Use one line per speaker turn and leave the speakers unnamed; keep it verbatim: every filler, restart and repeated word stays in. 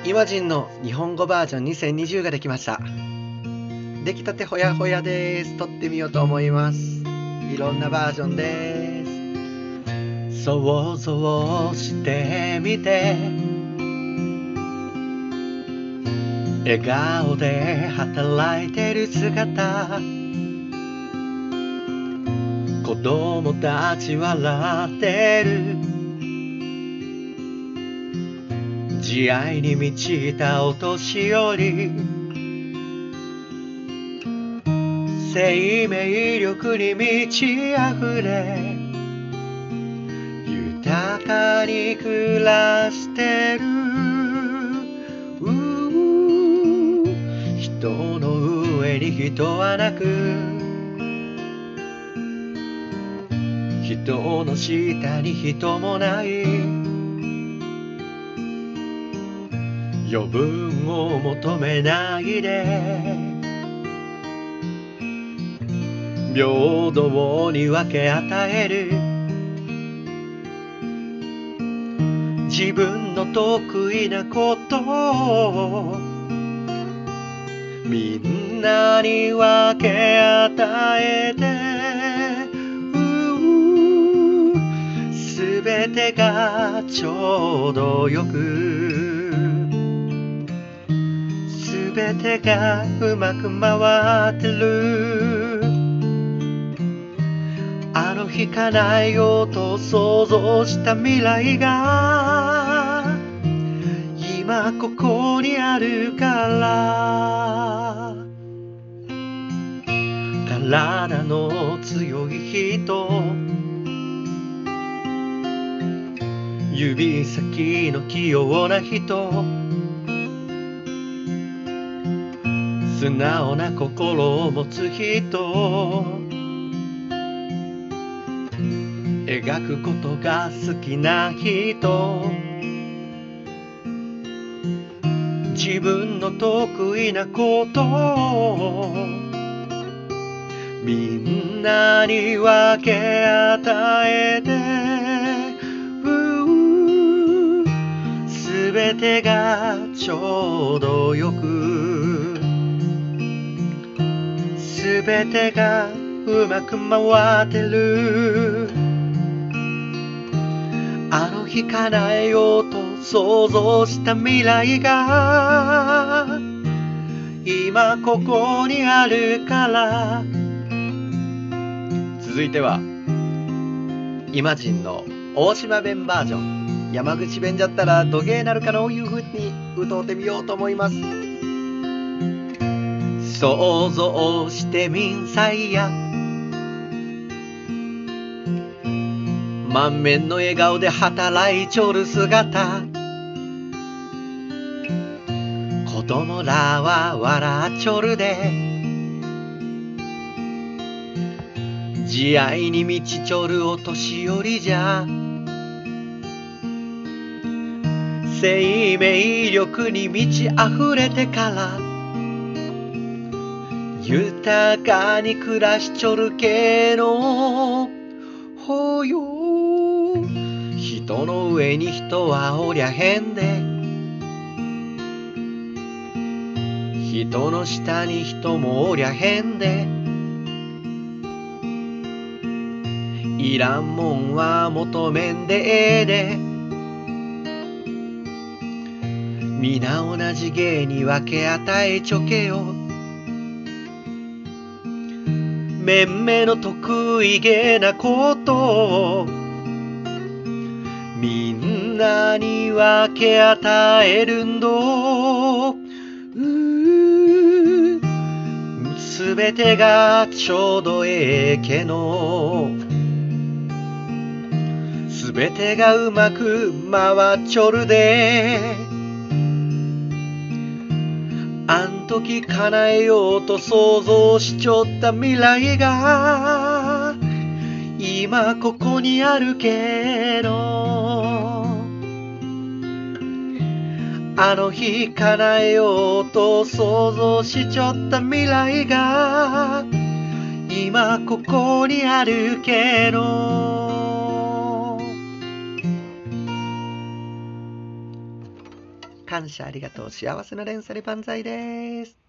イマジンの日本語バージョンにせんにじゅうができました。出来たてほやほやです。撮ってみようと思います。いろんなバージョンです。想像してみて、笑顔で働いてる姿、子供たち笑ってる、慈愛に満ちたお年寄り、生命力に満ち溢れ豊かに暮らしてる。人の上に人はなく、人の下に人もない。余分を求めないで、平等に分け与える。自分の得意なことをみんなに分け与えて、すべてがちょうどよく、すべてがうまく回ってる。あの日叶えようと想像した未来が今ここにあるから。体の強い人、指先の器用な人、素直な心を持つ人、描くことが好きな人、自分の得意なことをみんなに分け与えて、すべてがちょうどよく、すべてがうまく回ってる。あの日叶えようと想像した未来が今ここにあるから。続いてはイマジンの大島弁バージョン。山口弁じゃったらどげーなるかのいうふうに歌ってみようと思います。想像してみんさいや、満面の笑顔で働いちょる姿、子供らは笑っちょるで、慈愛に満ちちょるお年寄りじゃ、生命力に満ち溢れてから豊かに暮らしちょるけのほよ。人の上に人はおりゃへんで、人の下に人もおりゃへんで、いらんもんは求めんでええで、皆同じ芸に分け与えちょけよ。めんめの得意げなことをみんなに分け与えるんど。すべてがちょうどええけの、すべてがうまく回っちょるで。あん時叶えようと想像しちょった未来が今ここにあるけど、あの日叶えようと想像しちょった未来が今ここにあるけど。 感謝ありがとう幸せな連鎖で万歳です。